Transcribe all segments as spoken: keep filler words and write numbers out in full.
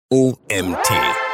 O M T.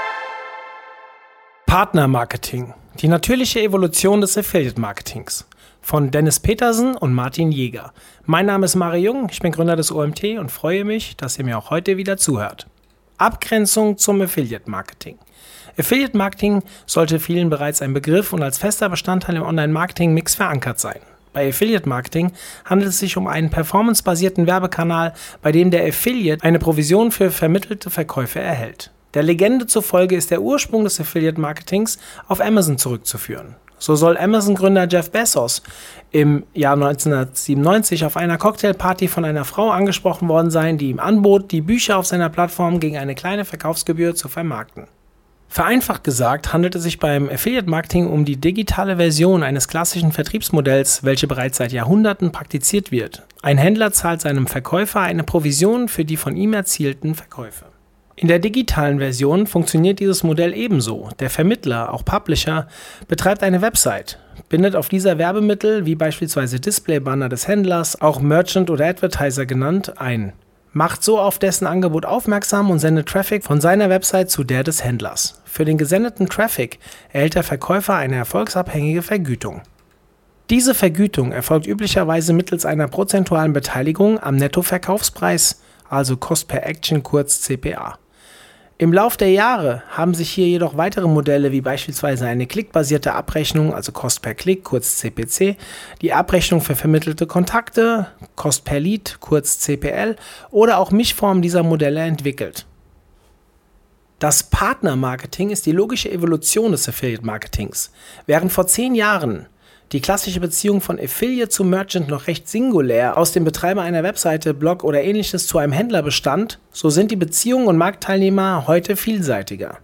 Partnermarketing. Die natürliche Evolution des Affiliate-Marketings. Von Dennis Petersen und Martin Jäger. Mein Name ist Mario Jung, ich bin Gründer des O M T und freue mich, dass ihr mir auch heute wieder zuhört. Abgrenzung zum Affiliate-Marketing. Affiliate-Marketing sollte vielen bereits ein Begriff und als fester Bestandteil im Online-Marketing-Mix verankert sein. Bei Affiliate-Marketing handelt es sich um einen performancebasierten Werbekanal, bei dem der Affiliate eine Provision für vermittelte Verkäufe erhält. Der Legende zufolge ist der Ursprung des Affiliate-Marketings auf Amazon zurückzuführen. So soll Amazon-Gründer Jeff Bezos im Jahr neunzehnhundertsiebenundneunzig auf einer Cocktailparty von einer Frau angesprochen worden sein, die ihm anbot, die Bücher auf seiner Plattform gegen eine kleine Verkaufsgebühr zu vermarkten. Vereinfacht gesagt handelt es sich beim Affiliate-Marketing um die digitale Version eines klassischen Vertriebsmodells, welche bereits seit Jahrhunderten praktiziert wird. Ein Händler zahlt seinem Verkäufer eine Provision für die von ihm erzielten Verkäufe. In der digitalen Version funktioniert dieses Modell ebenso. Der Vermittler, auch Publisher, betreibt eine Website, bindet auf dieser Werbemittel, wie beispielsweise Displaybanner des Händlers, auch Merchant oder Advertiser genannt, ein, macht so auf dessen Angebot aufmerksam und sendet Traffic von seiner Website zu der des Händlers. Für den gesendeten Traffic erhält der Verkäufer eine erfolgsabhängige Vergütung. Diese Vergütung erfolgt üblicherweise mittels einer prozentualen Beteiligung am Nettoverkaufspreis, also Cost per Action, kurz C P A. Im Lauf der Jahre haben sich hier jedoch weitere Modelle wie beispielsweise eine klickbasierte Abrechnung, also Cost per Klick, kurz C P C, die Abrechnung für vermittelte Kontakte, Cost per Lead, kurz C P L, oder auch Mischformen dieser Modelle entwickelt. Das Partnermarketing ist die logische Evolution des Affiliate-Marketings. Während vor zehn Jahren die klassische Beziehung von Affiliate zu Merchant noch recht singulär aus dem Betreiber einer Webseite, Blog oder ähnliches zu einem Händler bestand, so sind die Beziehungen und Marktteilnehmer heute vielseitiger.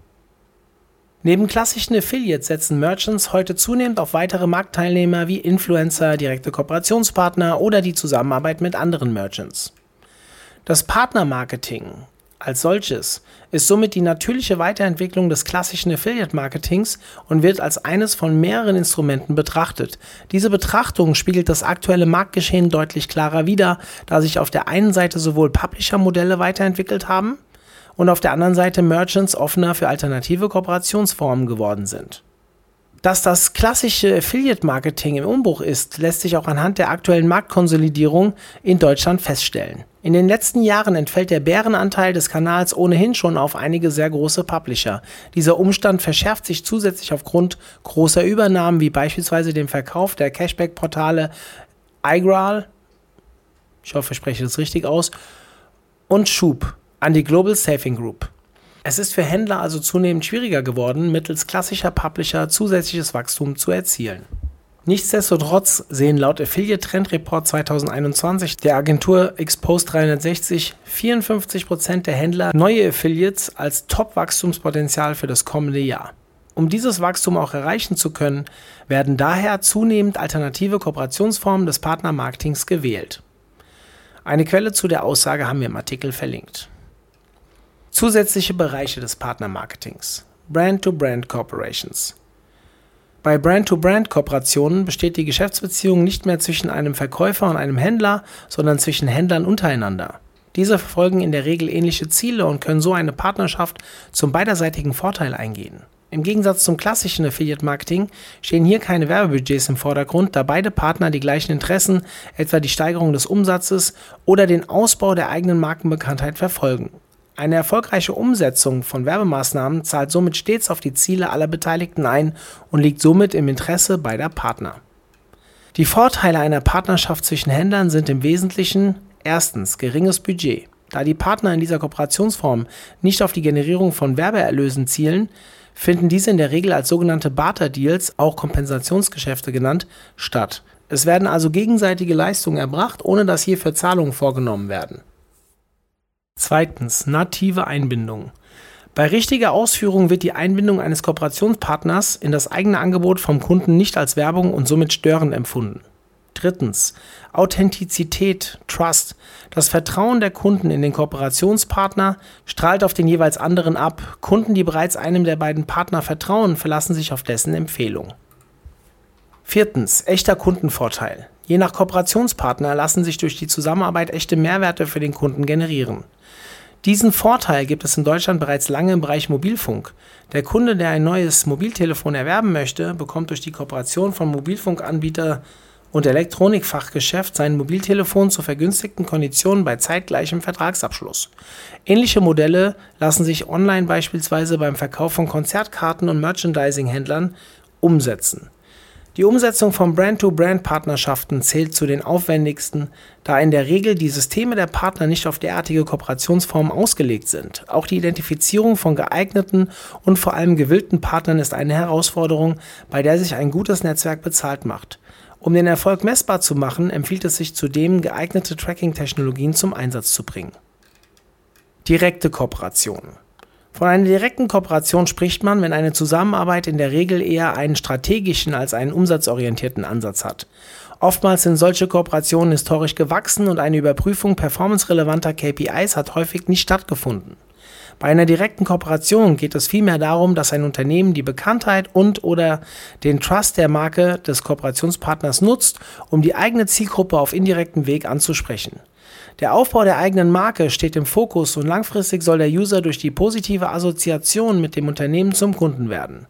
Neben klassischen Affiliates setzen Merchants heute zunehmend auf weitere Marktteilnehmer wie Influencer, direkte Kooperationspartner oder die Zusammenarbeit mit anderen Merchants. Das Partnermarketing als solches ist somit die natürliche Weiterentwicklung des klassischen Affiliate-Marketings und wird als eines von mehreren Instrumenten betrachtet. Diese Betrachtung spiegelt das aktuelle Marktgeschehen deutlich klarer wider, da sich auf der einen Seite sowohl Publisher-Modelle weiterentwickelt haben und auf der anderen Seite Merchants offener für alternative Kooperationsformen geworden sind. Dass das klassische Affiliate-Marketing im Umbruch ist, lässt sich auch anhand der aktuellen Marktkonsolidierung in Deutschland feststellen. In den letzten Jahren entfällt der Bärenanteil des Kanals ohnehin schon auf einige sehr große Publisher. Dieser Umstand verschärft sich zusätzlich aufgrund großer Übernahmen, wie beispielsweise dem Verkauf der Cashback-Portale iGral, ich hoffe, ich spreche das richtig aus, und Schub an die Global Saving Group. Es ist für Händler also zunehmend schwieriger geworden, mittels klassischer Publisher zusätzliches Wachstum zu erzielen. Nichtsdestotrotz sehen laut Affiliate Trend Report zweitausendeinundzwanzig der Agentur Exposed dreihundertsechzig vierundfünfzig Prozent der Händler neue Affiliates als Top-Wachstumspotenzial für das kommende Jahr. Um dieses Wachstum auch erreichen zu können, werden daher zunehmend alternative Kooperationsformen des Partnermarketings gewählt. Eine Quelle zu der Aussage haben wir im Artikel verlinkt. Zusätzliche Bereiche des Partnermarketings. Brand-to-Brand-Corporations. Bei Brand-to-Brand-Kooperationen besteht die Geschäftsbeziehung nicht mehr zwischen einem Verkäufer und einem Händler, sondern zwischen Händlern untereinander. Diese verfolgen in der Regel ähnliche Ziele und können so eine Partnerschaft zum beiderseitigen Vorteil eingehen. Im Gegensatz zum klassischen Affiliate-Marketing stehen hier keine Werbebudgets im Vordergrund, da beide Partner die gleichen Interessen, etwa die Steigerung des Umsatzes oder den Ausbau der eigenen Markenbekanntheit verfolgen. Eine erfolgreiche Umsetzung von Werbemaßnahmen zahlt somit stets auf die Ziele aller Beteiligten ein und liegt somit im Interesse beider Partner. Die Vorteile einer Partnerschaft zwischen Händlern sind im Wesentlichen erstens geringes Budget. Da die Partner in dieser Kooperationsform nicht auf die Generierung von Werbeerlösen zielen, finden diese in der Regel als sogenannte Barter-Deals, auch Kompensationsgeschäfte genannt, statt. Es werden also gegenseitige Leistungen erbracht, ohne dass hierfür Zahlungen vorgenommen werden. Zweitens, native Einbindung. Bei richtiger Ausführung wird die Einbindung eines Kooperationspartners in das eigene Angebot vom Kunden nicht als Werbung und somit störend empfunden. Drittens, Authentizität, Trust. Das Vertrauen der Kunden in den Kooperationspartner strahlt auf den jeweils anderen ab. Kunden, die bereits einem der beiden Partner vertrauen, verlassen sich auf dessen Empfehlung. Viertens, echter Kundenvorteil. Je nach Kooperationspartner lassen sich durch die Zusammenarbeit echte Mehrwerte für den Kunden generieren. Diesen Vorteil gibt es in Deutschland bereits lange im Bereich Mobilfunk. Der Kunde, der ein neues Mobiltelefon erwerben möchte, bekommt durch die Kooperation von Mobilfunkanbieter und Elektronikfachgeschäft sein Mobiltelefon zu vergünstigten Konditionen bei zeitgleichem Vertragsabschluss. Ähnliche Modelle lassen sich online beispielsweise beim Verkauf von Konzertkarten und Merchandising-Händlern umsetzen. Die Umsetzung von Brand-to-Brand-Partnerschaften zählt zu den aufwendigsten, da in der Regel die Systeme der Partner nicht auf derartige Kooperationsformen ausgelegt sind. Auch die Identifizierung von geeigneten und vor allem gewillten Partnern ist eine Herausforderung, bei der sich ein gutes Netzwerk bezahlt macht. Um den Erfolg messbar zu machen, empfiehlt es sich zudem, geeignete Tracking-Technologien zum Einsatz zu bringen. Direkte Kooperation. Von einer direkten Kooperation spricht man, wenn eine Zusammenarbeit in der Regel eher einen strategischen als einen umsatzorientierten Ansatz hat. Oftmals sind solche Kooperationen historisch gewachsen und eine Überprüfung performancerelevanter K P Is hat häufig nicht stattgefunden. Bei einer direkten Kooperation geht es vielmehr darum, dass ein Unternehmen die Bekanntheit und/oder den Trust der Marke des Kooperationspartners nutzt, um die eigene Zielgruppe auf indirektem Weg anzusprechen. Der Aufbau der eigenen Marke steht im Fokus und langfristig soll der User durch die positive Assoziation mit dem Unternehmen zum Kunden werden.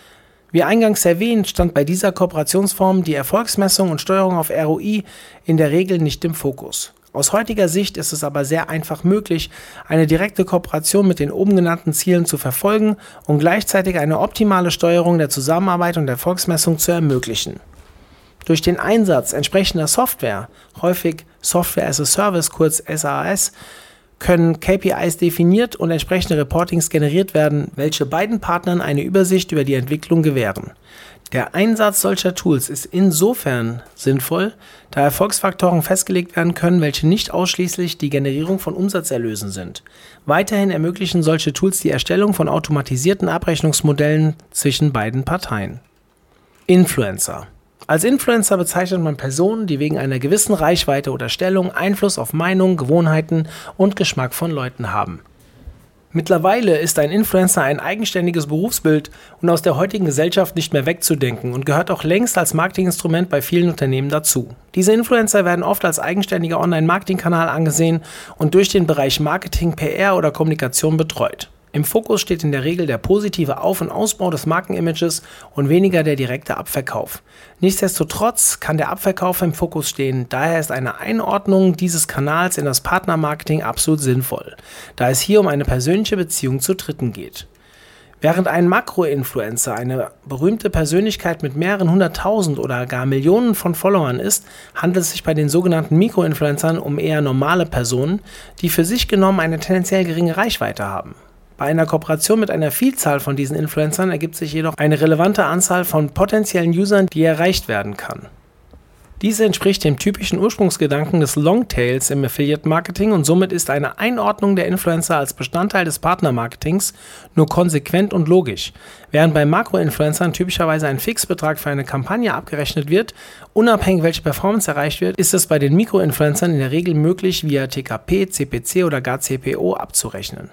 Wie eingangs erwähnt, stand bei dieser Kooperationsform die Erfolgsmessung und Steuerung auf R O I in der Regel nicht im Fokus. Aus heutiger Sicht ist es aber sehr einfach möglich, eine direkte Kooperation mit den oben genannten Zielen zu verfolgen und gleichzeitig eine optimale Steuerung der Zusammenarbeit und Erfolgsmessung zu ermöglichen. Durch den Einsatz entsprechender Software, häufig Software as a Service, kurz S A S, können K P Is definiert und entsprechende Reportings generiert werden, welche beiden Partnern eine Übersicht über die Entwicklung gewähren. Der Einsatz solcher Tools ist insofern sinnvoll, da Erfolgsfaktoren festgelegt werden können, welche nicht ausschließlich die Generierung von Umsatzerlösen sind. Weiterhin ermöglichen solche Tools die Erstellung von automatisierten Abrechnungsmodellen zwischen beiden Parteien. Influencer. Als Influencer bezeichnet man Personen, die wegen einer gewissen Reichweite oder Stellung Einfluss auf Meinungen, Gewohnheiten und Geschmack von Leuten haben. Mittlerweile ist ein Influencer ein eigenständiges Berufsbild und aus der heutigen Gesellschaft nicht mehr wegzudenken und gehört auch längst als Marketinginstrument bei vielen Unternehmen dazu. Diese Influencer werden oft als eigenständiger Online-Marketing-Kanal angesehen und durch den Bereich Marketing, P R oder Kommunikation betreut. Im Fokus steht in der Regel der positive Auf- und Ausbau des Markenimages und weniger der direkte Abverkauf. Nichtsdestotrotz kann der Abverkauf im Fokus stehen, daher ist eine Einordnung dieses Kanals in das Partnermarketing absolut sinnvoll, da es hier um eine persönliche Beziehung zu Dritten geht. Während ein Makro-Influencer eine berühmte Persönlichkeit mit mehreren hunderttausend oder gar Millionen von Followern ist, handelt es sich bei den sogenannten Mikro-Influencern um eher normale Personen, die für sich genommen eine tendenziell geringe Reichweite haben. Bei einer Kooperation mit einer Vielzahl von diesen Influencern ergibt sich jedoch eine relevante Anzahl von potenziellen Usern, die erreicht werden kann. Diese entspricht dem typischen Ursprungsgedanken des Longtails im Affiliate-Marketing und somit ist eine Einordnung der Influencer als Bestandteil des Partnermarketings nur konsequent und logisch. Während bei Makro-Influencern typischerweise ein Fixbetrag für eine Kampagne abgerechnet wird, unabhängig welche Performance erreicht wird, ist es bei den Mikro-Influencern in der Regel möglich, via T K P, C P C oder gar C P O abzurechnen.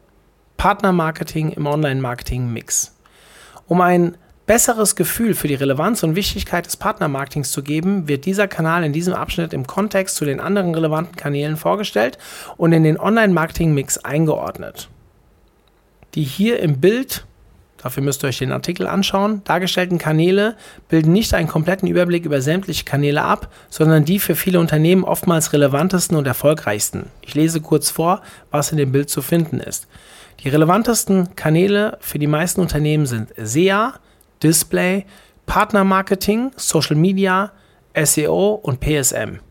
Partnermarketing im Online-Marketing-Mix. Um ein besseres Gefühl für die Relevanz und Wichtigkeit des Partnermarketings zu geben, wird dieser Kanal in diesem Abschnitt im Kontext zu den anderen relevanten Kanälen vorgestellt und in den Online-Marketing-Mix eingeordnet. Die hier im Bild, dafür müsst ihr euch den Artikel anschauen, dargestellten Kanäle bilden nicht einen kompletten Überblick über sämtliche Kanäle ab, sondern die für viele Unternehmen oftmals relevantesten und erfolgreichsten. Ich lese kurz vor, was in dem Bild zu finden ist. Die relevantesten Kanäle für die meisten Unternehmen sind S E A, Display, Partnermarketing, Social Media, S E O und P S M.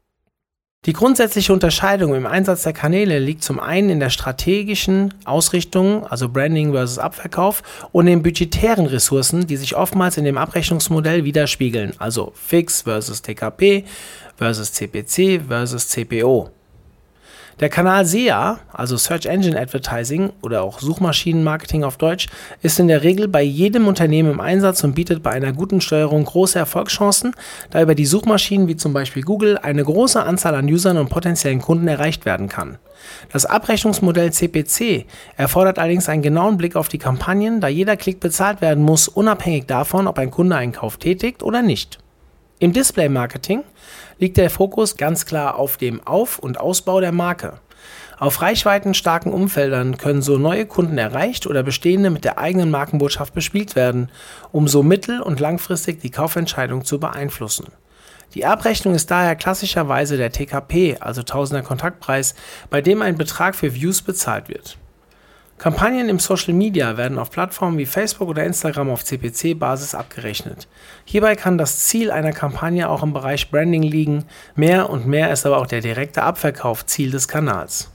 Die grundsätzliche Unterscheidung im Einsatz der Kanäle liegt zum einen in der strategischen Ausrichtung, also Branding versus Abverkauf, und den budgetären Ressourcen, die sich oftmals in dem Abrechnungsmodell widerspiegeln, also Fix versus T K P versus C P C versus C P O. Der Kanal S E A, also Search Engine Advertising oder auch Suchmaschinenmarketing auf Deutsch, ist in der Regel bei jedem Unternehmen im Einsatz und bietet bei einer guten Steuerung große Erfolgschancen, da über die Suchmaschinen wie zum Beispiel Google eine große Anzahl an Usern und potenziellen Kunden erreicht werden kann. Das Abrechnungsmodell C P C erfordert allerdings einen genauen Blick auf die Kampagnen, da jeder Klick bezahlt werden muss, unabhängig davon, ob ein Kunde einen Kauf tätigt oder nicht. Im Display-Marketing liegt der Fokus ganz klar auf dem Auf- und Ausbau der Marke. Auf reichweitenstarken Umfeldern können so neue Kunden erreicht oder bestehende mit der eigenen Markenbotschaft bespielt werden, um so mittel- und langfristig die Kaufentscheidung zu beeinflussen. Die Abrechnung ist daher klassischerweise der T K P, also Tausender Kontaktpreis, bei dem ein Betrag für Views bezahlt wird. Kampagnen im Social Media werden auf Plattformen wie Facebook oder Instagram auf C P C-Basis abgerechnet. Hierbei kann das Ziel einer Kampagne auch im Bereich Branding liegen, mehr und mehr ist aber auch der direkte Abverkauf Ziel des Kanals.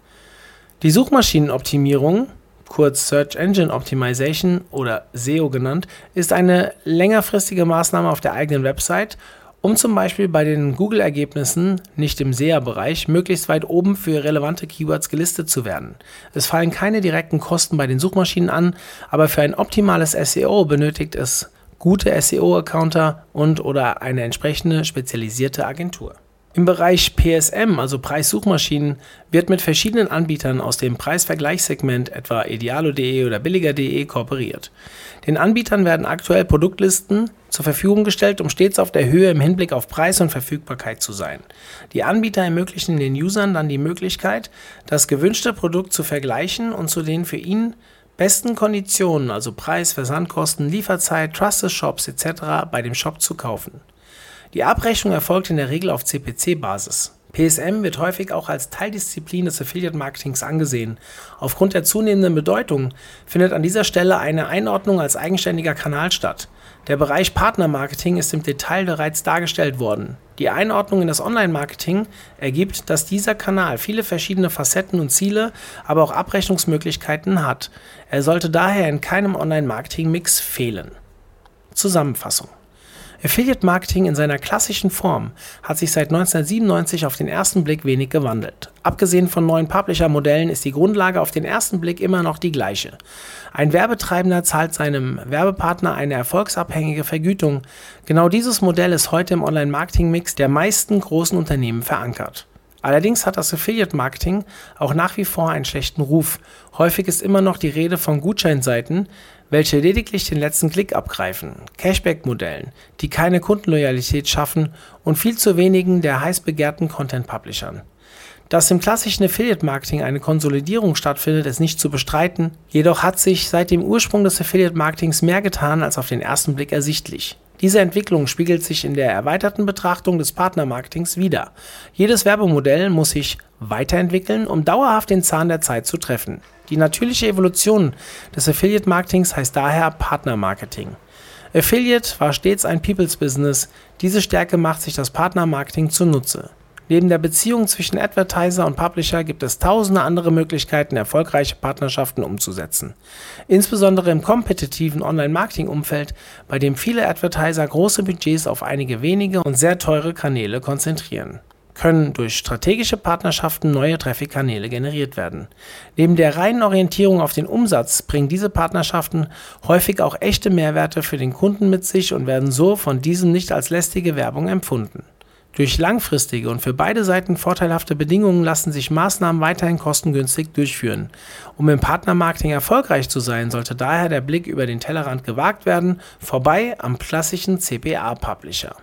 Die Suchmaschinenoptimierung, kurz Search Engine Optimization oder S E O genannt, ist eine längerfristige Maßnahme auf der eigenen Website, um zum Beispiel bei den Google-Ergebnissen, nicht im S E A-Bereich, möglichst weit oben für relevante Keywords gelistet zu werden. Es fallen keine direkten Kosten bei den Suchmaschinen an, aber für ein optimales S E O benötigt es gute S E O-Accounter und oder eine entsprechende spezialisierte Agentur. Im Bereich P S M, also Preissuchmaschinen, wird mit verschiedenen Anbietern aus dem Preisvergleichssegment, etwa idealo punkt de oder billiger punkt de, kooperiert. Den Anbietern werden aktuell Produktlisten zur Verfügung gestellt, um stets auf der Höhe im Hinblick auf Preis und Verfügbarkeit zu sein. Die Anbieter ermöglichen den Usern dann die Möglichkeit, das gewünschte Produkt zu vergleichen und zu den für ihn besten Konditionen, also Preis, Versandkosten, Lieferzeit, Trusted Shops et cetera bei dem Shop zu kaufen. Die Abrechnung erfolgt in der Regel auf C P C-Basis. P S M wird häufig auch als Teildisziplin des Affiliate-Marketings angesehen. Aufgrund der zunehmenden Bedeutung findet an dieser Stelle eine Einordnung als eigenständiger Kanal statt. Der Bereich Partnermarketing ist im Detail bereits dargestellt worden. Die Einordnung in das Online-Marketing ergibt, dass dieser Kanal viele verschiedene Facetten und Ziele, aber auch Abrechnungsmöglichkeiten hat. Er sollte daher in keinem Online-Marketing-Mix fehlen. Zusammenfassung: Affiliate Marketing in seiner klassischen Form hat sich seit neunzehnhundertsiebenundneunzig auf den ersten Blick wenig gewandelt. Abgesehen von neuen Publisher-Modellen ist die Grundlage auf den ersten Blick immer noch die gleiche. Ein Werbetreibender zahlt seinem Werbepartner eine erfolgsabhängige Vergütung. Genau dieses Modell ist heute im Online-Marketing-Mix der meisten großen Unternehmen verankert. Allerdings hat das Affiliate-Marketing auch nach wie vor einen schlechten Ruf. Häufig ist immer noch die Rede von Gutscheinseiten, welche lediglich den letzten Klick abgreifen, Cashback-Modellen, die keine Kundenloyalität schaffen und viel zu wenigen der heiß begehrten Content-Publishern. Dass im klassischen Affiliate-Marketing eine Konsolidierung stattfindet, ist nicht zu bestreiten, jedoch hat sich seit dem Ursprung des Affiliate-Marketings mehr getan als auf den ersten Blick ersichtlich. Diese Entwicklung spiegelt sich in der erweiterten Betrachtung des Partnermarketings wider. Jedes Werbemodell muss sich weiterentwickeln, um dauerhaft den Zahn der Zeit zu treffen. Die natürliche Evolution des Affiliate-Marketings heißt daher Partnermarketing. Affiliate war stets ein People's Business, diese Stärke macht sich das Partnermarketing zunutze. Neben der Beziehung zwischen Advertiser und Publisher gibt es tausende andere Möglichkeiten, erfolgreiche Partnerschaften umzusetzen. Insbesondere im kompetitiven Online-Marketing-Umfeld, bei dem viele Advertiser große Budgets auf einige wenige und sehr teure Kanäle konzentrieren, können durch strategische Partnerschaften neue Traffic-Kanäle generiert werden. Neben der reinen Orientierung auf den Umsatz bringen diese Partnerschaften häufig auch echte Mehrwerte für den Kunden mit sich und werden so von diesem nicht als lästige Werbung empfunden. Durch langfristige und für beide Seiten vorteilhafte Bedingungen lassen sich Maßnahmen weiterhin kostengünstig durchführen. Um im Partnermarketing erfolgreich zu sein, sollte daher der Blick über den Tellerrand gewagt werden, vorbei am klassischen C P A-Publisher.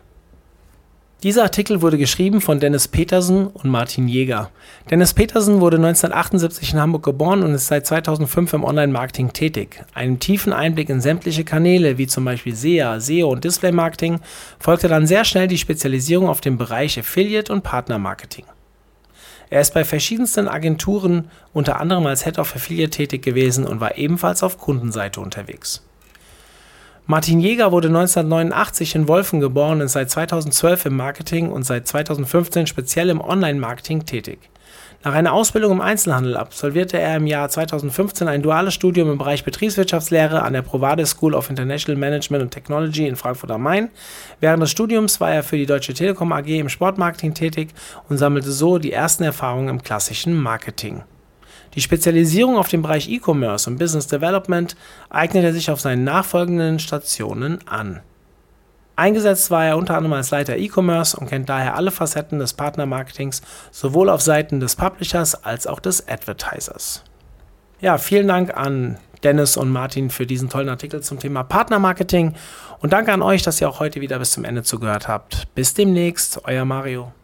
Dieser Artikel wurde geschrieben von Dennis Petersen und Martin Jäger. Dennis Petersen wurde neunzehnhundertachtundsiebzig in Hamburg geboren und ist seit zweitausendfünf im Online-Marketing tätig. Einem tiefen Einblick in sämtliche Kanäle, wie zum Beispiel S E A, S E O und Display-Marketing, folgte dann sehr schnell die Spezialisierung auf den Bereich Affiliate und Partnermarketing. Er ist bei verschiedensten Agenturen, unter anderem als Head of Affiliate tätig gewesen und war ebenfalls auf Kundenseite unterwegs. Martin Jäger wurde neunzehnhundertneunundachtzig in Wolfen geboren und ist seit zweitausendzwölf im Marketing und seit zweitausendfünfzehn speziell im Online-Marketing tätig. Nach einer Ausbildung im Einzelhandel absolvierte er im Jahr zweitausendfünfzehn ein duales Studium im Bereich Betriebswirtschaftslehre an der Provade School of International Management and Technology in Frankfurt am Main. Während des Studiums war er für die Deutsche Telekom A G im Sportmarketing tätig und sammelte so die ersten Erfahrungen im klassischen Marketing. Die Spezialisierung auf den Bereich E-Commerce und Business Development eignete er sich auf seinen nachfolgenden Stationen an. Eingesetzt war er unter anderem als Leiter E-Commerce und kennt daher alle Facetten des Partnermarketings, sowohl auf Seiten des Publishers als auch des Advertisers. Ja, vielen Dank an Dennis und Martin für diesen tollen Artikel zum Thema Partnermarketing und danke an euch, dass ihr auch heute wieder bis zum Ende zugehört habt. Bis demnächst, euer Mario.